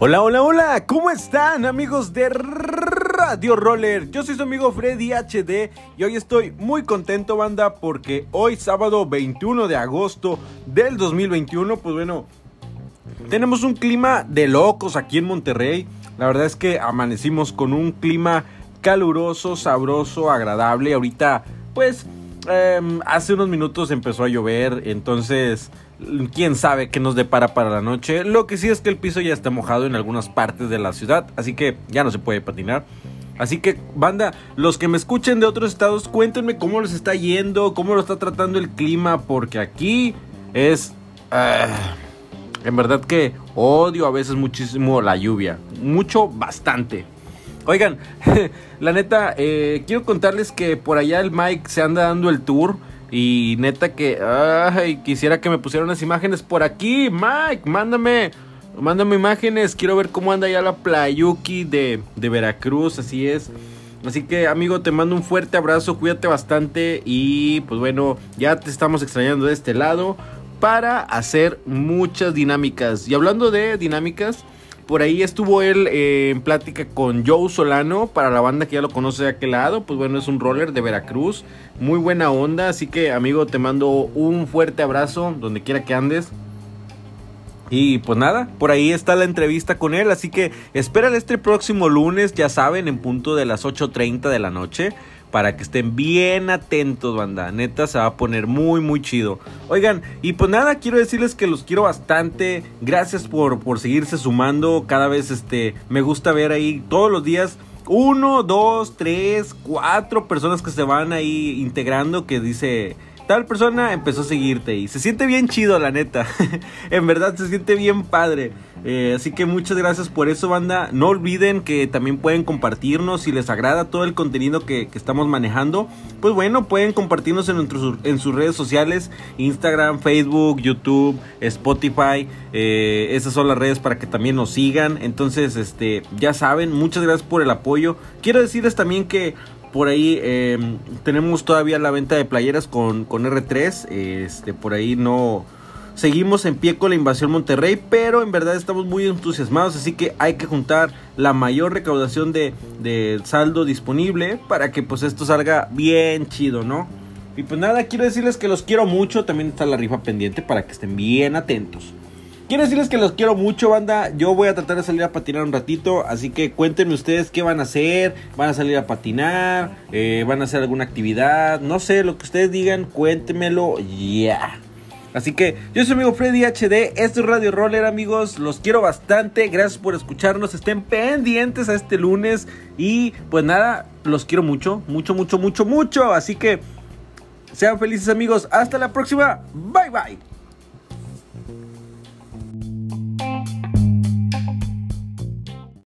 Hola, hola, hola, ¿cómo están amigos de Radio Roller? Yo soy su amigo Freddy HD y hoy estoy muy contento, banda, porque hoy sábado 21 de agosto del 2021, pues bueno, tenemos un clima de locos aquí en Monterrey. La verdad es que amanecimos con un clima caluroso, sabroso, agradable. Ahorita, pues, hace unos minutos empezó a llover, entonces quién sabe qué nos depara para la noche. Lo que sí es que el piso ya está mojado en algunas partes de la ciudad, así que ya no se puede patinar. Así que, banda, los que me escuchen de otros estados, cuéntenme cómo les está yendo, cómo lo está tratando el clima, porque aquí es... en verdad que odio a veces muchísimo la lluvia, bastante. Oigan, la neta, quiero contarles que por allá el Mike se anda dando el tour. Y neta que, quisiera que me pusieran unas imágenes por aquí. Mike, mándame imágenes. Quiero ver cómo anda ya la Playuki de Veracruz, así es. Así que, amigo, te mando un fuerte abrazo, cuídate bastante. Y pues bueno, ya te estamos extrañando de este lado para hacer muchas dinámicas. Y hablando de dinámicas, por ahí estuvo él en plática con Joe Solano, para la banda que ya lo conoce de aquel lado. Pues bueno, es un roller de Veracruz, muy buena onda. Así que, amigo, te mando un fuerte abrazo donde quiera que andes. Y pues nada, por ahí está la entrevista con él. Así que espérale este próximo lunes, ya saben, en punto de las 8:30 de la noche, para que estén bien atentos, banda. Neta, se va a poner muy chido. Oigan, y pues nada, quiero decirles que los quiero bastante. Gracias por seguirse sumando. Cada vez me gusta ver ahí todos los días 1, 2, 3, 4 personas que se van ahí integrando, que dice... tal persona empezó a seguirte y se siente bien chido, la neta. En verdad se siente bien padre. Así que muchas gracias por eso, banda. No olviden que también pueden compartirnos si les agrada todo el contenido que estamos manejando. Pues bueno, pueden compartirnos en sus redes sociales: Instagram, Facebook, YouTube, Spotify. Esas son las redes para que también nos sigan. Entonces, ya saben, muchas gracias por el apoyo. Quiero decirles también que por ahí tenemos todavía la venta de playeras con R3. Por ahí no... seguimos en pie con la invasión Monterrey, pero en verdad estamos muy entusiasmados. Así que hay que juntar la mayor recaudación de saldo disponible para que pues esto salga bien chido, ¿no? Y pues nada, quiero decirles que los quiero mucho. También está la rifa pendiente para que estén bien atentos. Quiero decirles que los quiero mucho, banda. Yo voy a tratar de salir a patinar un ratito, así que cuéntenme ustedes qué van a hacer. ¿Van a salir a patinar? ¿Van a hacer alguna actividad? No sé, lo que ustedes digan, cuéntenmelo ya. Así que yo soy amigo Freddy HD, esto es Radio Roller, amigos. Los quiero bastante, gracias por escucharnos. Estén pendientes a este lunes. Y pues nada, los quiero mucho. Así que sean felices, amigos. Hasta la próxima, bye bye.